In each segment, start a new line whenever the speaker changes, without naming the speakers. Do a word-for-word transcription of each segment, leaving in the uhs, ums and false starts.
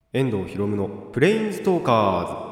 遠藤ひろむのプレインズトーカーズ。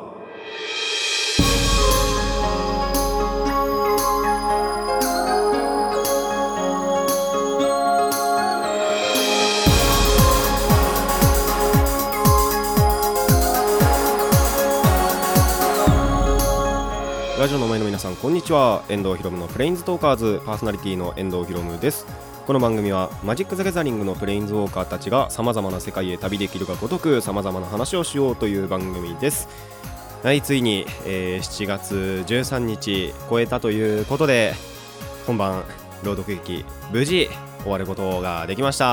ラジオの前の皆さん、こんにちは。遠藤ひろむのプレインズトーカーズパーソナリティの遠藤ひろむです。この番組はマジック・ザ・ギャザリングのプレインズウォーカーたちが様々な世界へ旅できるがごとく様々な話をしようという番組です。はい、ついに、えー、しちがつじゅうさんにち超えたということで、本番朗読劇無事終わることができました。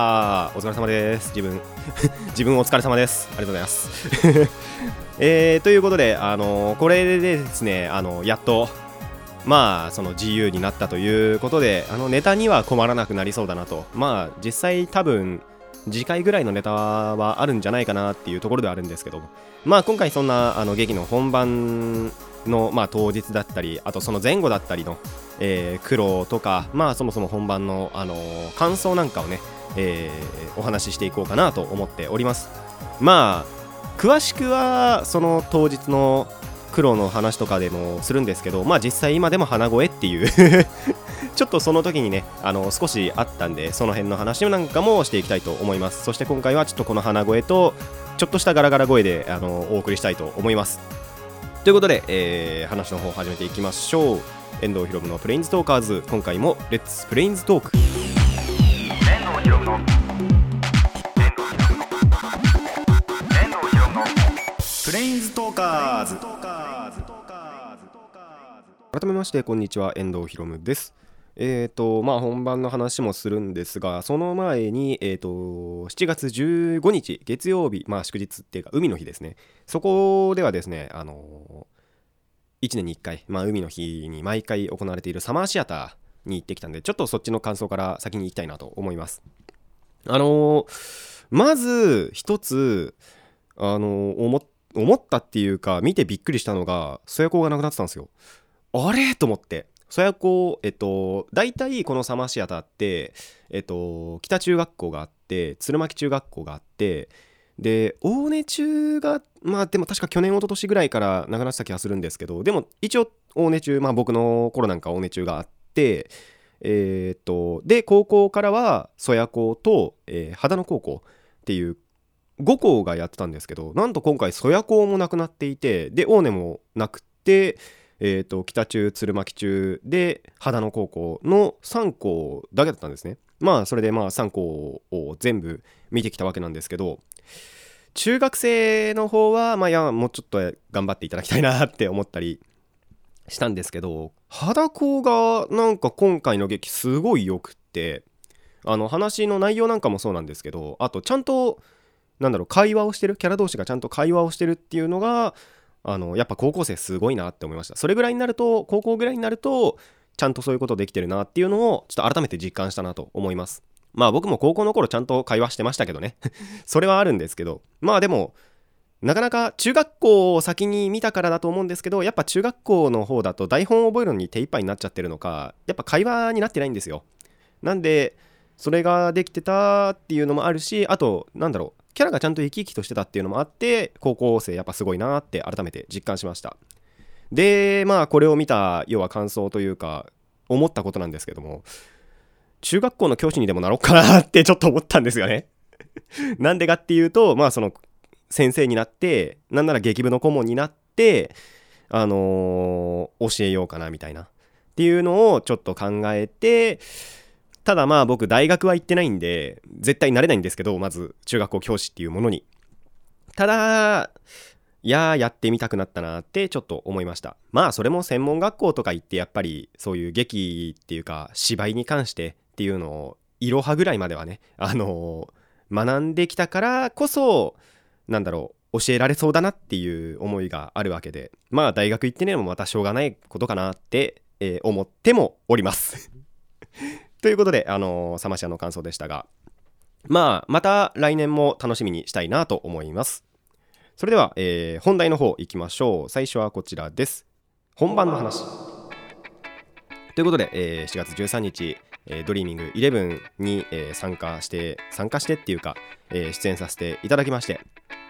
お疲れ様です。自分自分お疲れ様です。ありがとうございますえー、ということで、あのー、これでですね、あのー、やっとまあその自由になったということで、あのネタには困らなくなりそうだなと。まあ実際多分次回ぐらいのネタはあるんじゃないかなっていうところではあるんですけど、まあ今回そんなあの劇の本番のまあ当日だったり、あとその前後だったりの、えー、苦労とか、まあそもそも本番のあのー、感想なんかをね、えー、お話ししていこうかなと思っております。まあ詳しくはその当日の苦労の話とかでもするんですけど、まあ実際今でも鼻声っていうちょっとその時にね、あの少しあったんで、その辺の話なんかもしていきたいと思います。そして今回はちょっとこの鼻声とちょっとしたガラガラ声であのお送りしたいと思います。ということで、えー、話の方を始めていきましょう。遠藤ひろむのプレインズトーカーズ、今回もレッツプレインズトーク。遠藤ひろむのプレインズトーカーズ。改めましてこんにちは、遠藤ひろむです。えーとまあ本番の話もするんですが、その前に、えーとしちがつじゅうごにち月曜日、まあ祝日っていうか海の日ですね。そこではですね、あのいちねんにいっかい、まあ海の日に毎回行われているサマーシアターに行ってきたんで、ちょっとそっちの感想から先に行きたいなと思います。あのー、まず一つあのー、思っ思ったっていうか、見てびっくりしたのが、曽谷校がなくなってたんですよ。あれと思って、曽谷校、えっと大体このサマーシアターって、えっと北中学校があって、鶴巻中学校があって、で大根中がまあでも確か去年一昨年ぐらいからなくなってた気がするんですけど、でも一応大根中、まあ僕の頃なんか大根中があって、えー、っとで高校からは曽谷校と、えー、秦野高校っていうご校がやってたんですけど、なんと今回曽谷校もなくなっていて、で大根もなくて、えー、と北中鶴巻中で秦野高校のさん校だけだったんですね。まあそれでまあさん校を全部見てきたわけなんですけど、中学生の方はまあいやもうちょっと頑張っていただきたいなって思ったりしたんですけど、秦校がなんか今回の劇すごいよくって、あの話の内容なんかもそうなんですけど、あとちゃんとなんだろう会話をしてるキャラ同士がちゃんと会話をしてるっていうのが、あのやっぱ高校生すごいなって思いました。それぐらいになると、高校ぐらいになるとちゃんとそういうことできてるなっていうのをちょっと改めて実感したなと思います。まあ僕も高校の頃ちゃんと会話してましたけどねそれはあるんですけど、まあでもなかなか中学校を先に見たからだと思うんですけど、やっぱ中学校の方だと台本を覚えるのに手一杯になっちゃってるのか、やっぱ会話になってないんですよ。なんでそれができてたっていうのもあるし、あとなんだろう、キャラがちゃんと生き生きとしてたっていうのもあって、高校生やっぱすごいなって改めて実感しました。でまあこれを見た要は感想というか思ったことなんですけども、中学校の教師にでもなろうかなってちょっと思ったんですよねなんでかっていうと、まあその先生になって、なんなら劇部の顧問になってあのー、教えようかなみたいなっていうのをちょっと考えて、ただまあ僕大学は行ってないんで絶対なれないんですけど、まず中学校教師っていうものに。ただいややってみたくなったなってちょっと思いました。まあそれも専門学校とか行ってやっぱりそういう劇っていうか芝居に関してっていうのをいろはぐらいまではね、あのー、学んできたからこそなんだろう教えられそうだなっていう思いがあるわけで、まあ大学行ってねもまたしょうがないことかなって、えー、思ってもおりますということで、あのー、サマシアの感想でしたが、まあまた来年も楽しみにしたいなと思います。それでは、えー、本題の方行きましょう。最初はこちらです。本番の話ということで、えー、しちがつじゅうさんにち、えー、ドリーミングイレブンに、えー、参加して参加してっていうか、えー、出演させていただきまして、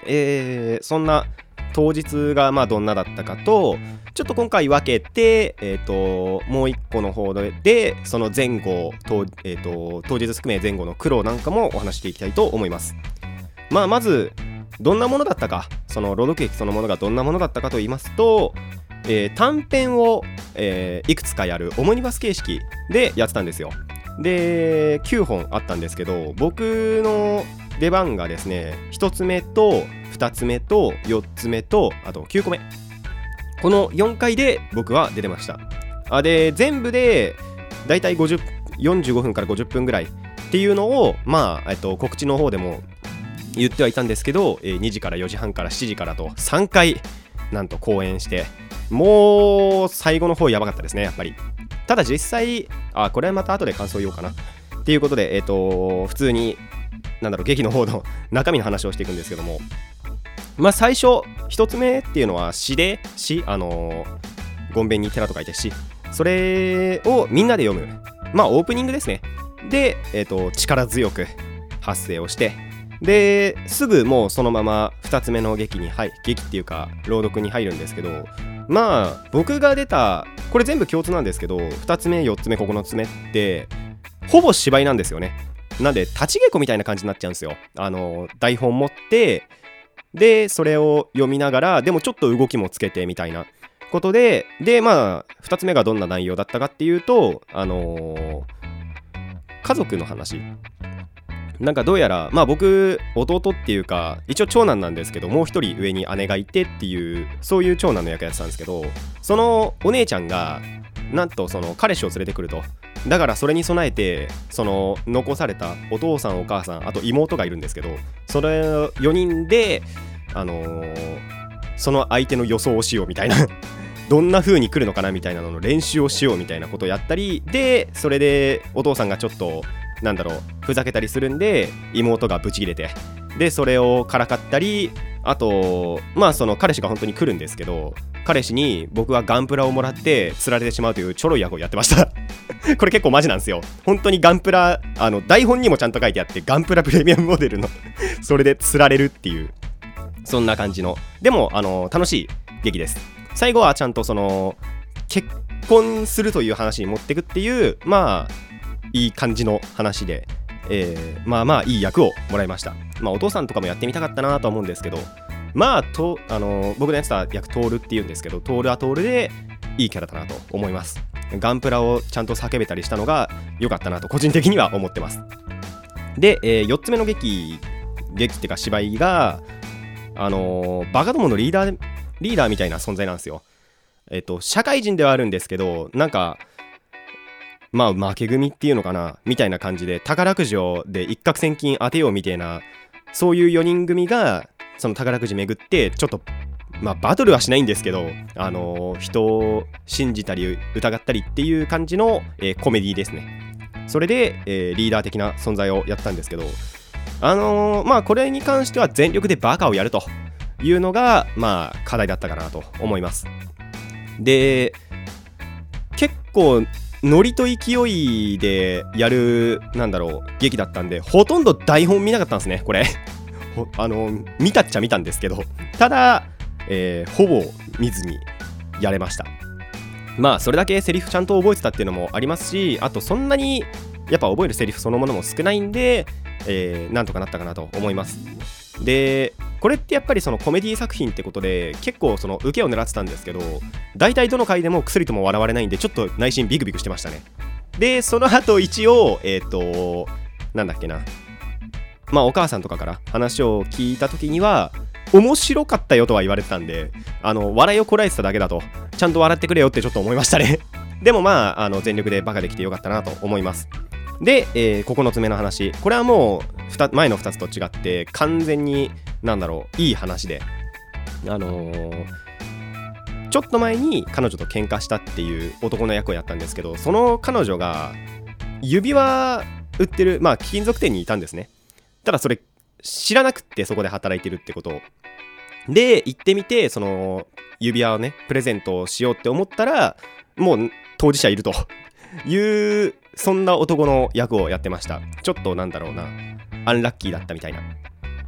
えー、そんな当日がまあどんなだったかと、ちょっと今回分けて、えー、ともう一個の方でその前後と、えー、と当日含め前後の苦労なんかもお話していきたいと思います。まあまずどんなものだったか、その朗読劇そのものがどんなものだったかと言いますと、えー、短編を、えー、いくつかやるオムニバス形式でやってたんですよ。できゅうほんあったんですけど、僕の出番がですねひとつめとふたつめとよっつめとあときゅうこめ、このよんかいで僕は出てました。あで全部でだいたいごじゅうよんじゅうごふんからごじゅっぷんぐらいっていうのを、まあ、えっと、告知の方でも言ってはいたんですけど、えー、にじからよじはんからしちじからとさんかいなんと公演して、もう最後の方やばかったですねやっぱり。ただ実際あこれはまた後で感想言おうかなっていうことで、えっと普通になんだろう劇の方の中身の話をしていくんですけども、まあ最初一つ目っていうのは詩で詩あのー、ごんべんに寺と書いて詩、それをみんなで読む、まあオープニングですね。で、えっと力強く発声をして、ですぐもうそのままふたつめの劇に入劇っていうか朗読に入るんですけど、まあ僕が出たこれ全部共通なんですけど、ふたつめよっつめここのつめってほぼ芝居なんですよね。なんで立ち稽古みたいな感じになっちゃうんですよ。あの台本持ってでそれを読みながら、でもちょっと動きもつけてみたいなことで、でまあふたつめがどんな内容だったかっていうと、あのー、家族の話なんかどうやら、まあ僕弟っていうか一応長男なんですけど、もう一人上に姉がいてっていう、そういう長男の役やってたんですけど、そのお姉ちゃんがなんとその彼氏を連れてくると。だからそれに備えてその残されたお父さんお母さんあと妹がいるんですけど、それよにんであのー、その相手の予想をしようみたいなどんな風に来るのかなみたいなのの練習をしようみたいなことをやったりで、それでお父さんがちょっとなんだろうふざけたりするんで妹がブチ切れて、でそれをからかったり、あとまあその彼氏が本当に来るんですけど、彼氏に僕はガンプラをもらって釣られてしまうというちょろい役をやってましたこれ結構マジなんですよ。本当にガンプラ、あの台本にもちゃんと書いてあって、ガンプラプレミアムモデルのそれで釣られるっていう、そんな感じの、でもあの楽しい劇です。最後はちゃんとその結婚するという話に持っていくっていう、まあいい感じの話で、えー、まあまあいい役をもらいました。まあお父さんとかもやってみたかったなとは思うんですけど、まあとあの僕のやってた役トールっていうんですけど、トールはトールでいいキャラだなと思います。ガンプラをちゃんと叫べたりしたのが良かったなと個人的には思ってます。で、えー、よっつめの劇劇っていうか芝居があのー、バカどものリーダーリーダーみたいな存在なんですよ。えっと社会人ではあるんですけど、なんかまあ負け組っていうのかなみたいな感じで、宝くじをで一攫千金当てようみたいな、そういうよにん組がその宝くじ巡ってちょっとまあバトルはしないんですけど、あのー、人を信じたり疑ったりっていう感じの、えー、コメディですね。それで、えー、リーダー的な存在をやったんですけど、あのー、まあこれに関しては全力でバカをやるというのがまあ課題だったかなと思います。で結構ノリと勢いでやるなんだろう劇だったんで、ほとんど台本見なかったんですねこれあの見たっちゃ見たんですけど、ただ、えー、ほぼ見ずにやれました。まあそれだけセリフちゃんと覚えてたっていうのもありますし、あとそんなにやっぱ覚えるセリフそのものも少ないんで、えー、なんとかなったかなと思います。でこれってやっぱりそのコメディ作品ってことで結構その受けを狙ってたんですけど、大体どの回でも薬とも笑われないんでちょっと内心ビクビクしてましたね。でその後一応えっとなんだっけなまあお母さんとかから話を聞いた時には面白かったよとは言われてたんで、あの笑いをこらえてただけだと、ちゃんと笑ってくれよってちょっと思いましたねでもまあ、あの全力でバカできてよかったなと思います。で、えー、ここのつめの話、これはもう前のふたつと違って完全になんだろういい話で、あのー、ちょっと前に彼女と喧嘩したっていう男の役をやったんですけど、その彼女が指輪売ってるまあ貴金属店にいたんですね。ただそれ知らなくってそこで働いてるってことをで行ってみて、その指輪をねプレゼントしようって思ったらもう当事者いるというそんな男の役をやってました。ちょっとなんだろうなアンラッキーだったみたいな。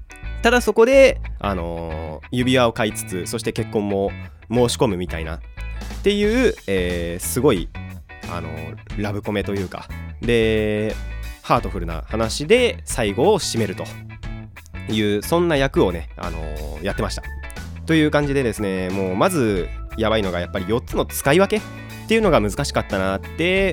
ただそこで、あのー指輪を買いつつ、そして結婚も申し込むみたいなっていう、えーすごい、あのーラブコメというかでハートフルな話で最後を締めるというそんな役をね、あのーやってましたという感じでですね、もうまずやばいのがやっぱりよっつの使い分けっていうのが難しかったなって、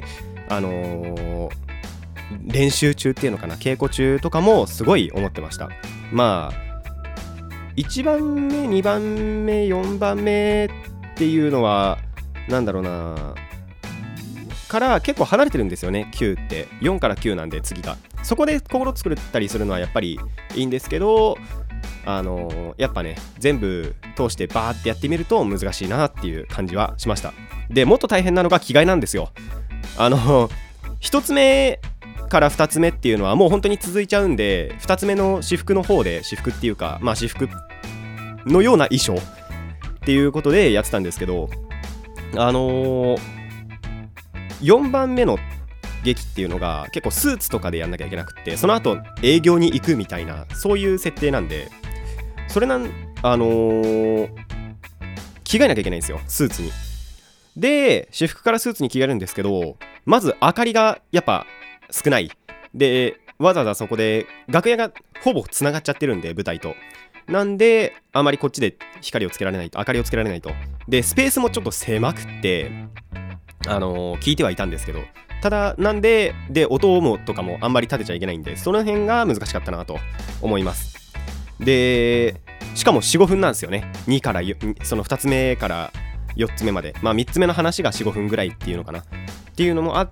あのー練習中っていうのかな、稽古中とかもすごい思ってました。まあいちばんめにばんめよんばんめっていうのはなんだろうなから結構離れてるんですよね。きゅうってよんからきゅうなんで、次がそこで心作ったりするのはやっぱりいいんですけど、あのーやっぱね全部通してバーってやってみると難しいなっていう感じはしました。でもっと大変なのが着替えなんですよ。あのー、ひとつめからふたつめっていうのはもう本当に続いちゃうんで、ふたつめの私服の方で、私服っていうかまあ私服のような衣装っていうことでやってたんですけど、あのー、よんばんめの劇っていうのが結構スーツとかでやんなきゃいけなくって、その後営業に行くみたいなそういう設定なんで、それなんあのー、着替えなきゃいけないんですよ、スーツに。で私服からスーツに着替えるんですけど、まず明かりがやっぱ少ないで、わざわざそこで楽屋がほぼつながっちゃってるんで、舞台となんであまりこっちで光をつけられないと、明かりをつけられないと。でスペースもちょっと狭くってあのー、聞いてはいたんですけど、ただなんでで音もとかもあんまり立てちゃいけないんで、その辺が難しかったなと思います。でしかも よん、ごふんなんですよね。にからそのふたつめからよっつめまで、まあみっつめの話が よん、ごふんぐらいっていうのかなっていうのもあって、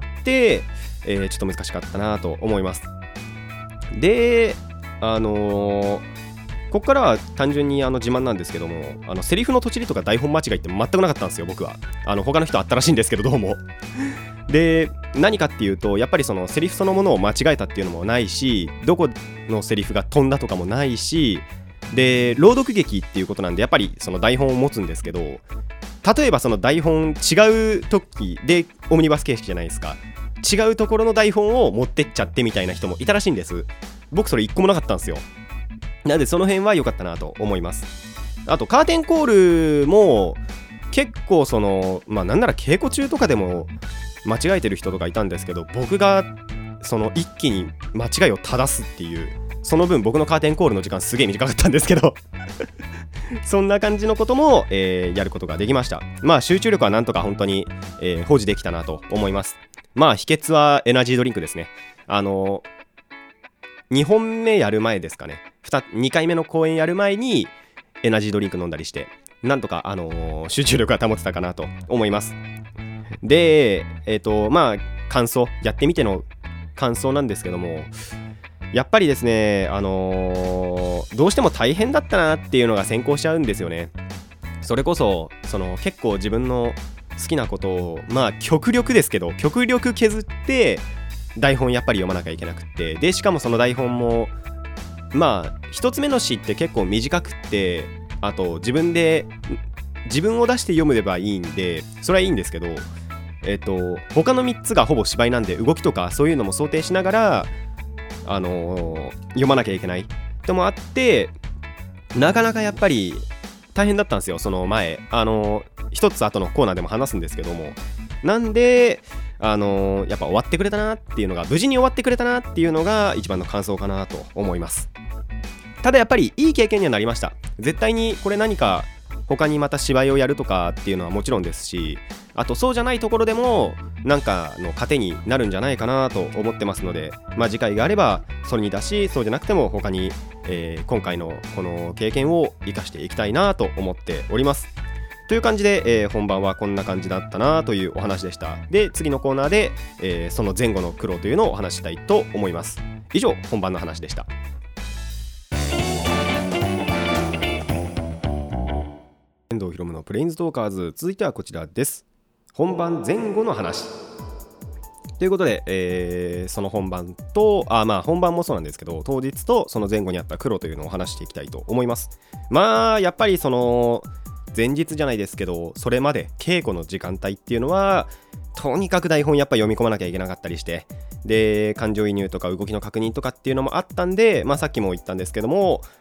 えー、ちょっと難しかったなと思います。であのーここからは単純にあの自慢なんですけども、あのセリフのとちりとか台本間違いって全くなかったんですよ、僕は。あの他の人あったらしいんですけど、どうもで何かっていうと、やっぱりそのセリフそのものを間違えたっていうのもないし、どこのセリフが飛んだとかもないし、で朗読劇っていうことなんでやっぱりその台本を持つんですけど、例えばその台本違う時でオムニバス形式じゃないですか、違うところの台本を持ってっちゃってみたいな人もいたらしいんです。僕それ一個もなかったんですよ。なのでその辺は良かったなと思います。あとカーテンコールも結構そのまあなんなら稽古中とかでも間違えてる人とかいたんですけど、僕がその一気に間違いを正すっていう、その分僕のカーテンコールの時間すげえ短かったんですけどそんな感じのことも、えー、やることができました。まあ集中力はなんとか本当に、えー、保持できたなと思います。まあ秘訣はエナジードリンクですね。あのにほんめやる前ですかね、にかいめの公演やる前にエナジードリンク飲んだりして、なんとか、あのー、集中力が保てたかなと思います。でえっ、ー、とまあ感想、やってみての感想なんですけども、やっぱりですね、あのー、どうしても大変だったなっていうのが先行しちゃうんですよね。それこそその結構自分の好きなことをまあ極力ですけど極力削って台本やっぱり読まなきゃいけなくって、でしかもその台本もまあ一つ目の詩って結構短くって、あと自分で自分を出して読むればいいんでそれはいいんですけど、えっと他のみっつがほぼ芝居なんで、動きとかそういうのも想定しながらあのー、読まなきゃいけないともあって、なかなかやっぱり大変だったんですよ。その前あのー、一つ後のコーナーでも話すんですけども、なんであのー、やっぱ終わってくれたなっていうのが、無事に終わってくれたなっていうのが一番の感想かなと思います。ただやっぱりいい経験にはなりました。絶対にこれ何か他にまた芝居をやるとかっていうのはもちろんですし、あとそうじゃないところでもなんかの糧になるんじゃないかなと思ってますので、まあ次回があればそれに出し、そうじゃなくても他に、えー、今回のこの経験を生かしていきたいなと思っております。という感じで、えー、本番はこんな感じだったなというお話でした。で次のコーナーで、えー、その前後の苦労というのをお話したいと思います。以上、本番の話でした。遠藤ひろむのプレインズトーカーズ、続いてはこちらです。本番前後の話ということで、えー、その本番とあまあ本番もそうなんですけど、当日とその前後にあった苦労というのを話していきたいと思います。まあやっぱりその前日じゃないですけど、それまで稽古の時間帯っていうのはとにかく台本やっぱ読み込まなきゃいけなかったりして、で感情移入とか動きの確認とかっていうのもあったんで、まあさっきも言ったんですけども、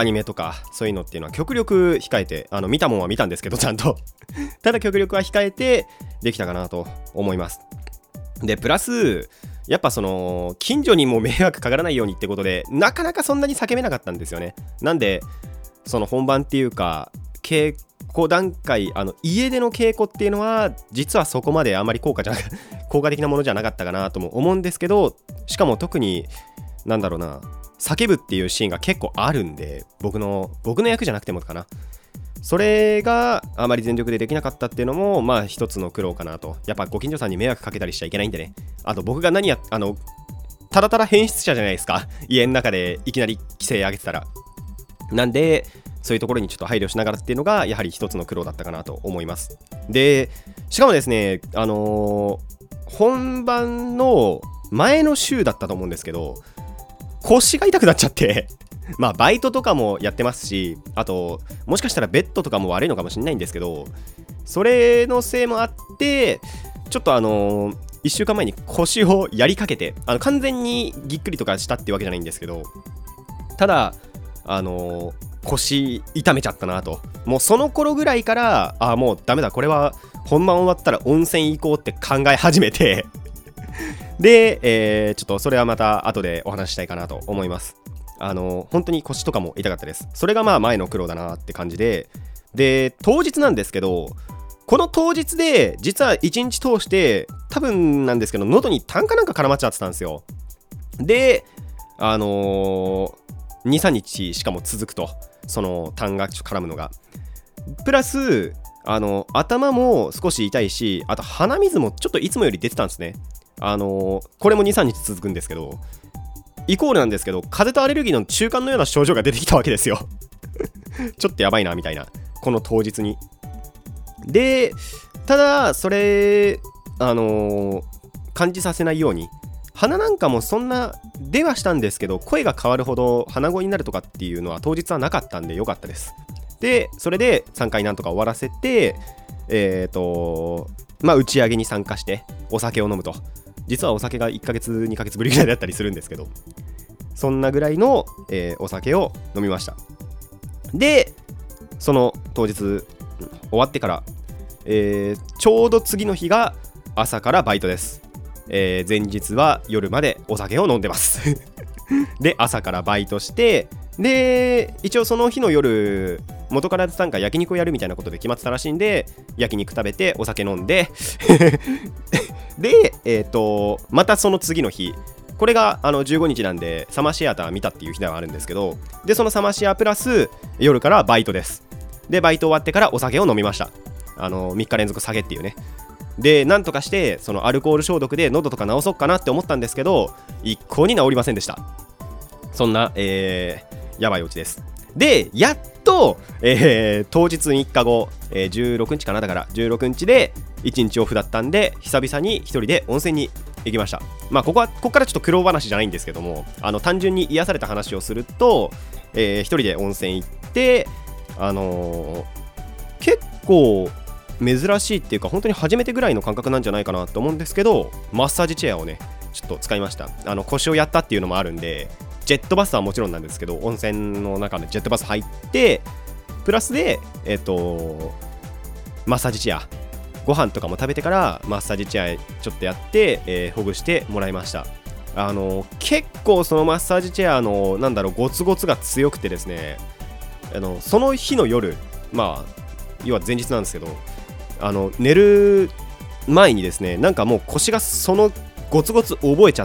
アニメとかそういうのっていうのは極力控えて、あの見たもんは見たんですけどちゃんとただ極力は控えてできたかなと思います。でプラスやっぱその近所にも迷惑かからないようにってことでなかなかそんなに叫べなかったんですよね。なんでその本番っていうか稽古段階、あの家での稽古っていうのは実はそこまであまり効果じゃな効果的なものじゃなかったかなとも思うんですけど、しかも特になんだろうな、叫ぶっていうシーンが結構あるんで、僕の僕の役じゃなくてもかな、それがあまり全力でできなかったっていうのもまあ一つの苦労かなと。やっぱご近所さんに迷惑かけたりしちゃいけないんでね。あと僕が何やあのただただ変質者じゃないですか家の中でいきなり規制上げてたら。なんでそういうところにちょっと配慮しながらっていうのがやはり一つの苦労だったかなと思います。でしかもですね、あのー、本番の前の週だったと思うんですけど、腰が痛くなっちゃってまあバイトとかもやってますし、あともしかしたらベッドとかも悪いのかもしれないんですけど、それのせいもあってちょっとあのー、いっしゅうかんまえに腰をやりかけて、あの完全にぎっくりとかしたっていうわけじゃないんですけど、ただあのー腰痛めちゃったなと。もうその頃ぐらいからあもうダメだ、これは本番終わったら温泉行こうって考え始めてで、えー、ちょっとそれはまた後でお話ししたいかなと思います。あの本当に腰とかも痛かったです。それがまあ前の苦労だなって感じで、で当日なんですけど、この当日で実はいちにち通して多分なんですけど喉に痰かなんか絡まっちゃってたんですよ。であのーにさんにちしかも続くと、その痰が絡むのがプラスあの頭も少し痛いし、あと鼻水もちょっといつもより出てたんですね。あのこれもにさんにち続くんですけど、イコールなんですけど風邪とアレルギーの中間のような症状が出てきたわけですよちょっとやばいなみたいな、この当日に。でただそれあの感じさせないように、鼻なんかもそんな出はしたんですけど声が変わるほど鼻声になるとかっていうのは当日はなかったんで良かったです。でそれでさんかいなんとか終わらせて、えーとまあ打ち上げに参加してお酒を飲むと。実はお酒がいっかげつにかげつぶりぐらいだったりするんですけど、そんなぐらいの、えー、お酒を飲みました。でその当日終わってから、えー、ちょうど次の日が朝からバイトです。えー、前日は夜までお酒を飲んでますで朝からバイトして、で一応その日の夜元からなんか焼肉をやるみたいなことで決まってたらしいんで、焼肉食べてお酒飲んででえっ、ー、とまたその次の日、これがあのじゅうごにちなんでサマーシアター見たっていう日ではあるんですけど、でそのサマーシアプラス夜からバイトです。でバイト終わってからお酒を飲みました。あのみっか連続酒っていうね。でなんとかしてそのアルコール消毒で喉とか治そうかなって思ったんですけど、一向に治りませんでした。そんな、えー、やばいオチです。でやっと、えー、当日みっかご、えー、じゅうろくにちかな、だからじゅうろくにちでいちにちオフだったんで久々に一人で温泉に行きました。まあここはここからちょっと苦労話じゃないんですけども、あの単純に癒された話をすると、えー、一人で温泉行ってあのー、結構珍しいっていうか本当に初めてぐらいの感覚なんじゃないかなと思うんですけど、マッサージチェアをねちょっと使いました。あの腰をやったっていうのもあるんで、ジェットバスはもちろんなんですけど温泉の中でジェットバス入ってプラスでえっとマッサージチェア、ご飯とかも食べてからマッサージチェアちょっとやって、えー、ほぐしてもらいました。あの結構そのマッサージチェアのなんだろうゴツゴツが強くてですね、あのその日の夜、まあ要は前日なんですけど、あの寝る前にですね、なんかもう腰がそのゴツゴツ覚えちゃって、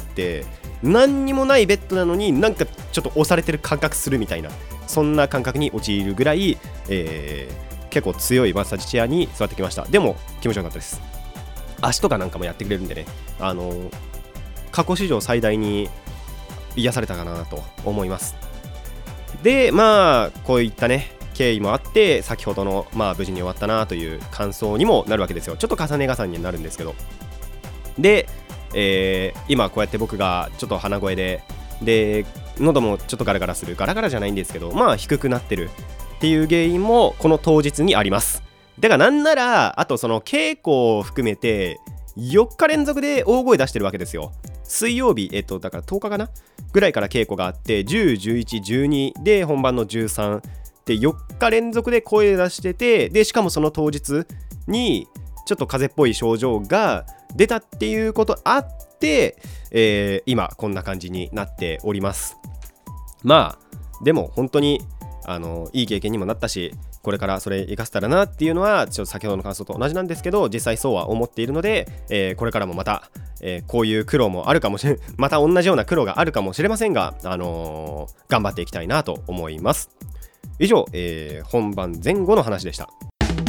何にもないベッドなのになんかちょっと押されてる感覚するみたいな、そんな感覚に陥るぐらい、えー、結構強いマッサージチェアに座ってきました。でも気持ちよかったです。足とかなんかもやってくれるんでね、あの過去史上最大に癒されたかなと思います。でまあこういったね経緯もあって先ほどのまあ無事に終わったなという感想にもなるわけですよ。ちょっと重ね重ねになるんですけど、で、えー、今こうやって僕がちょっと鼻声でで喉もちょっとガラガラする、ガラガラじゃないんですけどまあ低くなってるっていう原因もこの当日にあります。だからなんならあとその稽古を含めてよっか連続で大声出してるわけですよ。 水曜日、えっとだからとおかかなぐらいから稽古があって、じゅう、じゅういち、じゅうにで本番のじゅうさんでよっか連続で声出してて、でしかもその当日にちょっと風邪っぽい症状が出たっていうことあって、えー、今こんな感じになっております。まあでも本当にあのいい経験にもなったし、これからそれ生かせたらなっていうのはちょっと先ほどの感想と同じなんですけど、実際そうは思っているので、えー、これからもまた、えー、こういう苦労もあるかもしれまた同じような苦労があるかもしれませんが、あのー、頑張っていきたいなと思います。以上、えー、本番前後の話でした。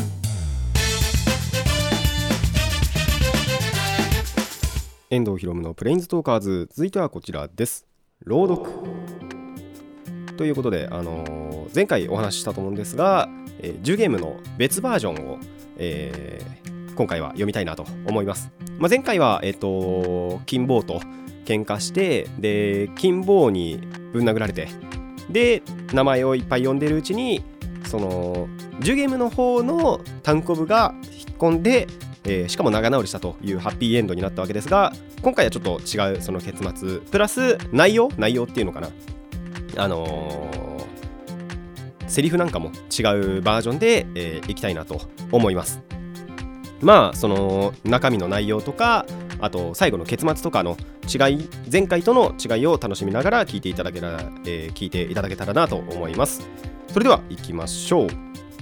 遠藤ひろむのプレインズトーカーズ、続いてはこちらです。朗読ということで、あのー、前回お話ししたと思うんですが、えー、じゅうゲームの別バージョンを、えー、今回は読みたいなと思います。まあ、前回は、えーと、金棒と喧嘩して、で金棒にぶん殴られて、で名前をいっぱい呼んでるうちに、そのじゅうゲームの方の単行部が引っ込んで、えー、しかも仲直りしたというハッピーエンドになったわけですが、今回はちょっと違うその結末プラス内容内容っていうのかな、あのー、セリフなんかも違うバージョンで、えー、いきたいなと思います。まあその中身の内容とか、あと最後の結末とかの違い、前回との違いを楽しみながら聞いていただけたら、えー、聞いていただけたらなと思います。それでは行きましょう。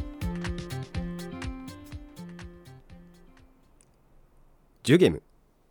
じゅうゲーム。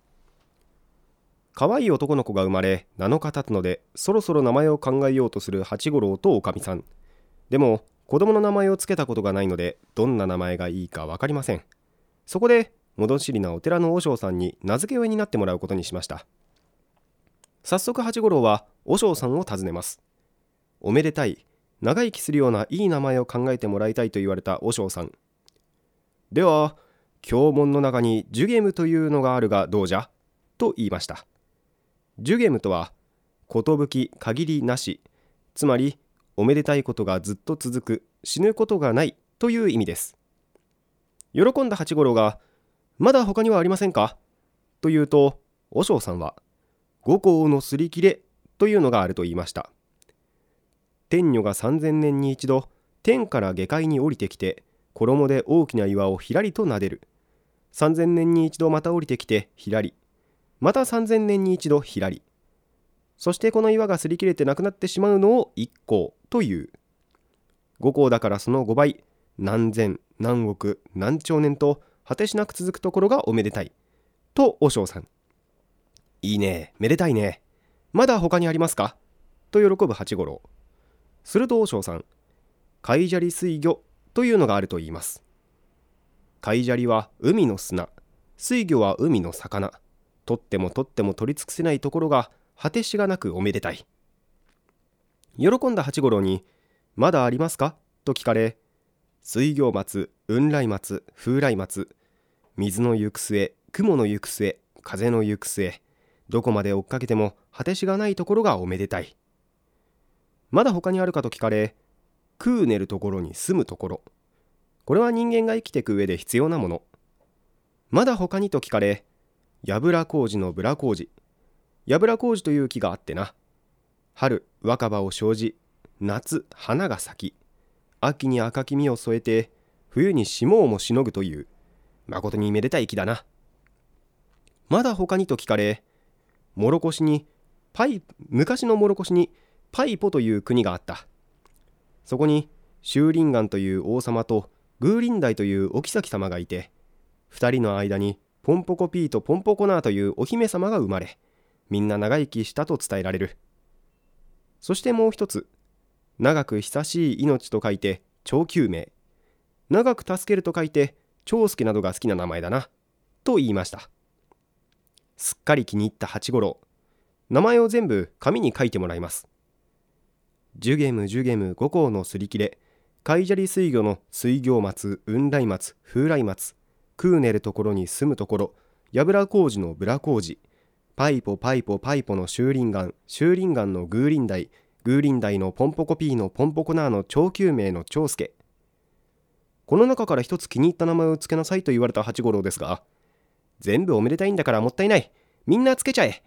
可愛い男の子が生まれなのか経つので、そろそろ名前を考えようとする八五郎とおかみさん。でも子供の名前をつけたことがないので、どんな名前がいいか分かりません。そこで物知りなお寺の和尚さんに名付け親になってもらうことにしました。早速八五郎は和尚さんを訪ねます。おめでたい、長生きするようないい名前を考えてもらいたいと言われた和尚さん。では経文の中にジュゲムというのがあるがどうじゃと言いました。ジュゲムとは寿限りなし、つまりおめでたいことがずっと続く、死ぬことがないという意味です。喜んだ八五郎が、まだ他にはありませんかと言うと、和尚さんは五行のすり切れというのがあると言いました。天女が三千年に一度天から下界に降りてきて、衣で大きな岩をひらりと撫でる。三千年に一度また降りてきてひらり、また三千年に一度ひらり、そしてこの岩がすり切れてなくなってしまうのを一行という。五行だからそのごばい、何千何億何兆年と果てしなく続くところがおめでたいと和尚さん。いいね、めでたいね、まだ他にありますかと喜ぶ八五郎。すると和尚さん、海砂利水魚というのがあると言います。海砂利は海の砂、水魚は海の魚、取っても取っても取り尽くせないところが果てしがなくおめでたい。喜んだ八五郎に、まだありますかと聞かれ、水行松、雲来松、風来松、水の行く末、雲の行く末、風の行く末、どこまで追っかけても果てしがないところがおめでたい。まだ他にあるかと聞かれ、食う寝るところに住むところ、これは人間が生きていく上で必要なもの。まだ他にと聞かれ、やぶらこうじのぶらこうじ、やぶらこうじという木があってな、春若葉を生じ、夏花が咲き、秋に赤き実を添えて、冬に霜もしのぐという、まことにめでたい木だな。まだ他にと聞かれ、もろこしにパイ昔のもろこしにパイポという国があった。そこに修林岩という王様とグーリンダイというお妃様がいて、二人の間にポンポコピーとポンポコナーというお姫様が生まれ、みんな長生きしたと伝えられる。そしてもう一つ、長く久しい命と書いて長久命、長く助けると書いて長介などが好きな名前だなと言いました。すっかり気に入った八五郎、名前を全部紙に書いてもらいます。じゅうゲームじゅうゲーム五行のすり切れ、海砂利水魚の水行松、雲来松、風来松、食う寝るところに住むところ、やぶらこうじのぶらこうじ、パイポパイポパイポの修林岩、修林岩のグーリンダイ、グーリンダイのポンポコピーのポンポコナーの長久命の長介。この中から一つ気に入った名前をつけなさいと言われた八五郎ですが、全部おめでたいんだからもったいない、みんなつけちゃえ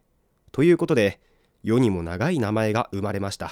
ということで、世にも長い名前が生まれました。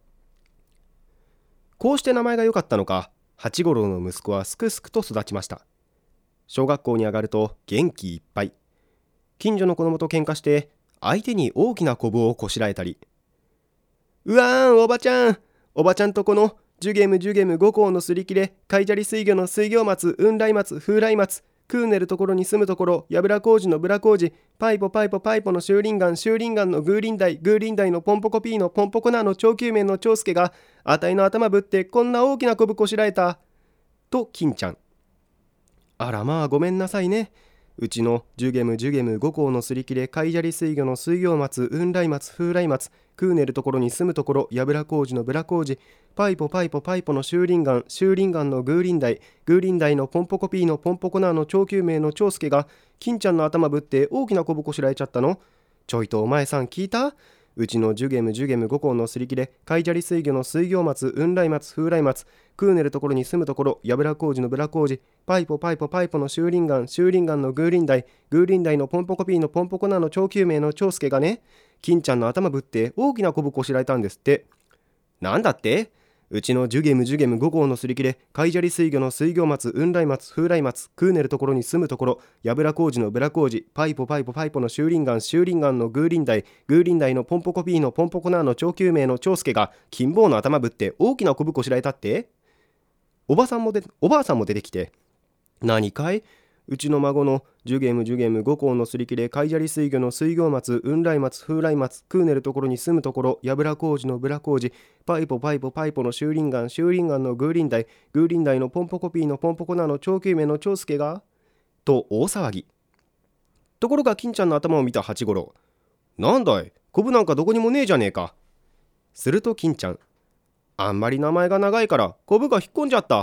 こうして名前が良かったのか、八五郎の息子はすくすくと育ちました。小学校に上がると元気いっぱい。近所の子供と喧嘩して相手に大きなコブをこしらえたり、うわーんおばちゃん、おばちゃんとこのジュゲムジュゲム五校のすり切れ、カイジャリ水魚の水魚松、雲来松、風来松、クーネルところに住むところ、やぶら工事のブラ工事、パイポパイポパイポのシューリンガン、シューリンガンのグーリンダイ、グーリンダイのポンポコピーのポンポコナーの長久面の長介が、あたいの頭ぶってこんな大きなコブこしらえた。と、金ちゃん。あらまあごめんなさいね。うちのジュゲムジュゲム五校のすり切れ、カイジャリ水魚の水魚松、雲来松、風来松、クーネルところに住むところ、やぶら工事のブラ工事、パイポパイポパイポのシューリンガン、シューリンガンのグーリンダイ、グーリンダイのポンポコピーのポンポコナーの長久名の長介が、金ちゃんの頭ぶって大きなコブこしらえちゃったの。ちょいとお前さん聞いた？うちのジュゲムジュゲム五校のすり切れ、カイジャリ水魚の水魚松、雲来松、風来松、クーネルところに住むところ、やぶら工事のブラ工事、パイポパイポパイポのシューリンガン、シューリンガンのグーリンダイ、グーリンダイのポンポコピーのポンポコナーの長久名の長介がね、金ちゃんの頭ぶって大きなコブこしらえたんですって。なんだって？うちのジュゲムジュゲム五校のすり切れ、カイジャリ水魚の水魚松、雲来松、風来松、クーネルところに住むところ、やぶら工事のブラ工事、パイポパイポパイポのシューリンガン、シューリンガンのグーリンダイ、グーリンダイのポンポコピーのポンポコナーの長久名の長介が、金棒の頭ぶって大きなコブこしらえたって？おばさんもでおばあさんも出てきて、何かい？うちの孫のジュゲムジュゲム五校のすり切れ、カイジャリ水魚の水魚松、雲来松、風来松、クーネルところに住むところ、やぶら工事のブラ工事、パイポパイポパイポのシューリンガン、シューリンガンのグーリンダイ、グーリンダイのポンポコピーのポンポコナーの長久名の長介がと大騒ぎ。ところが金ちゃんの頭を見た八五郎、なんだい、コブなんかどこにもねえじゃねえか。すると金ちゃん、あんまり名前が長いからコブが引っ込んじゃった。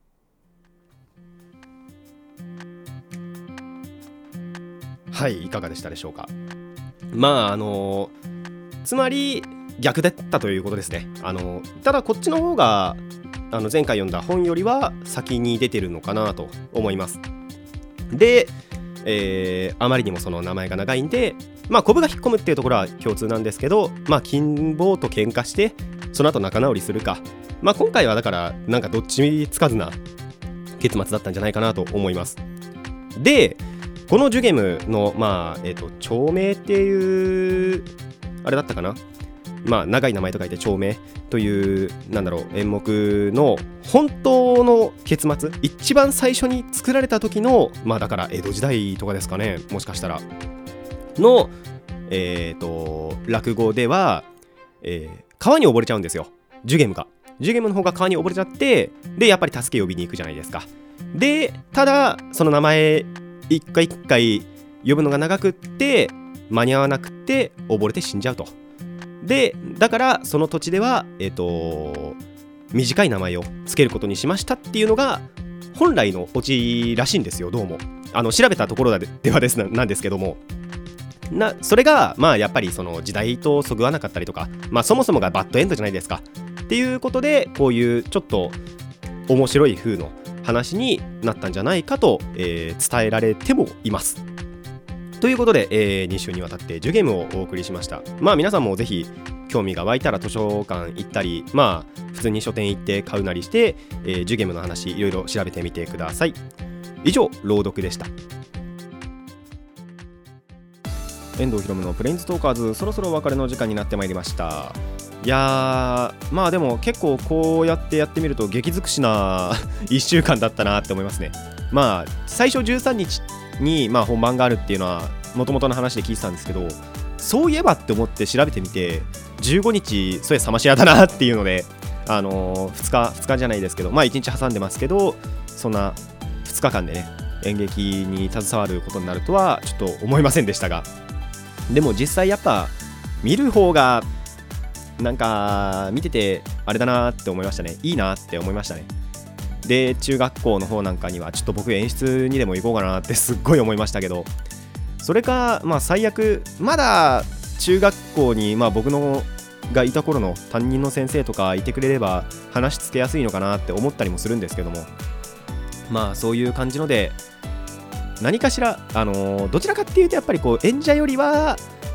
はい、いかがでしたでしょうか。まああのー、つまり逆だったということですね。あのー、ただこっちの方があの前回読んだ本よりは先に出てるのかなと思います。で、えー、あまりにもその名前が長いんで、まあコブが引っ込むっていうところは共通なんですけど、まあ金棒と喧嘩してその後仲直りするか、まあ今回はだからなんかどっちつかずな結末だったんじゃないかなと思います。でこのジュゲムの、まあえー、と長命っていうあれだったかな、まあ長い名前と書いて長命というなんだろう演目の本当の結末、一番最初に作られた時の、まあだから江戸時代とかですかね、もしかしたらのえっ、ー、と落語では、えー、川に溺れちゃうんですよ、ジュゲムが。ジュゲムの方が川に溺れちゃって、でやっぱり助け呼びに行くじゃないですか。でただその名前一回一回呼ぶのが長くって間に合わなくって溺れて死んじゃうと。でだからその土地ではえっと短い名前をつけることにしましたっていうのが本来のオチらしいんですよ。どうもあの調べたところではですなんですけども、なそれがまあやっぱりその時代とそぐわなかったりとか、まあそもそもがバッドエンドじゃないですかっていうことで、こういうちょっと面白い風の話になったんじゃないかと、えー、伝えられてもいます。ということで、えー、に週にわたってジュゲムをお送りしました。まあ皆さんもぜひ興味が湧いたら図書館行ったり、まあ普通に書店行って買うなりして、えー、ジュゲムの話いろいろ調べてみてください。以上朗読でした。遠藤ひろむのプレインズトーカーズ、そろそろお別れの時間になってまいりました。いやーまあでも結構こうやってやってみると激尽くしないっしゅうかんだったなって思いますね。まあ最初じゅうさんにちにまあ本番があるっていうのは元々の話で聞いてたんですけど、そういえばって思って調べてみてじゅうごにちそれさまし屋だなっていうので、あのー、ふつかふつかじゃないですけど、まあいちにち挟んでますけど、そんなふつかかんでね演劇に携わることになるとはちょっと思いませんでしたが、でも実際やっぱ見る方がなんか見ててあれだなって思いましたね。いいなって思いましたね。で中学校の方なんかにはちょっと僕演出にでも行こうかなってすっごい思いましたけど、それかまあ最悪まだ中学校にまあ僕のがいた頃の担任の先生とかいてくれれば話つけやすいのかなって思ったりもするんですけども、まあそういう感じので何かしらあのー、どちらかっていうとやっぱりこう演者よりは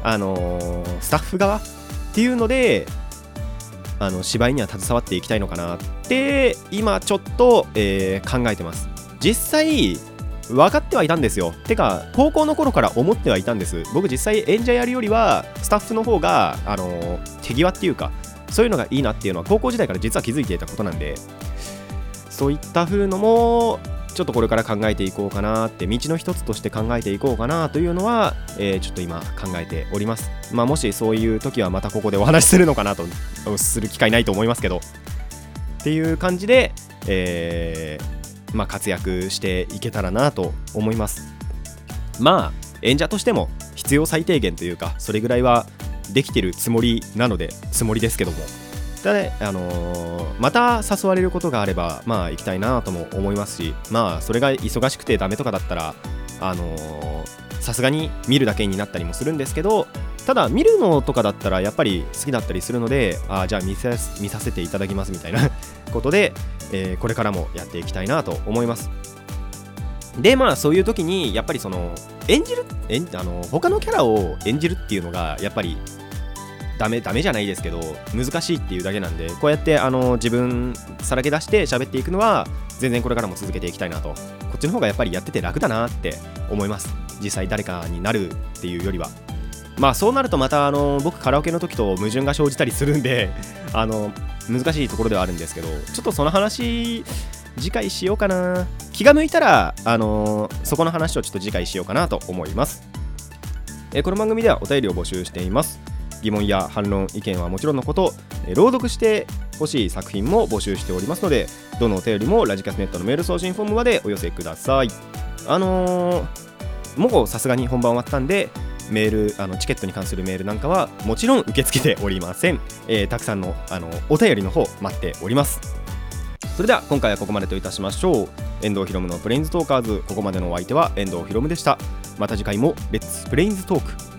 あのー、スタッフ側っていうのであの芝居には携わっていきたいのかなって今ちょっと、えー、考えてます。実際分かってはいたんですよ。てか高校の頃から思ってはいたんです。僕実際演者やるよりはスタッフの方が、あのー、手際っていうかそういうのがいいなっていうのは高校時代から実は気づいていたことなんで、そういった風のもちょっとこれから考えていこうかなって、道の一つとして考えていこうかなというのは、えー、ちょっと今考えております。まあもしそういう時はまたここでお話しするのかなとする機会ないと思いますけどっていう感じで、えー、まあ活躍していけたらなと思います。まあ演者としても必要最低限というかそれぐらいはできてるつもりなのでつもりですけども、ただね、あのー、また誘われることがあればまあ行きたいなとも思いますし、まあそれが忙しくてダメとかだったらあのさすがに見るだけになったりもするんですけど、ただ見るのとかだったらやっぱり好きだったりするので、あじゃあ見さ見させていただきますみたいなことで、えー、これからもやっていきたいなと思います。でまあそういう時にやっぱりその演じる演あの他のキャラを演じるっていうのがやっぱりダメダメじゃないですけど難しいっていうだけなんで、こうやってあの自分さらけ出して喋っていくのは全然これからも続けていきたいなと。こっちの方がやっぱりやってて楽だなって思います。実際誰かになるっていうよりは。まあそうなるとまたあの僕カラオケの時と矛盾が生じたりするんであの難しいところではあるんですけど、ちょっとその話次回しようかな。気が向いたらあのそこの話をちょっと次回しようかなと思います。えこの番組ではお便りを募集しています。疑問や反論意見はもちろんのこと、朗読してほしい作品も募集しておりますので、どのお便りもラジキャスネットのメール送信フォームまでお寄せください。あのー、もうさすがに本番終わったんでメールあのチケットに関するメールなんかはもちろん受け付けておりません。えー、たくさんの、あのお便りの方待っております。それでは今回はここまでといたしましょう。遠藤ひろむのプレインズトーカーズ、ここまでのお相手は遠藤ひろむでした。また次回もレッツプレインズトーク。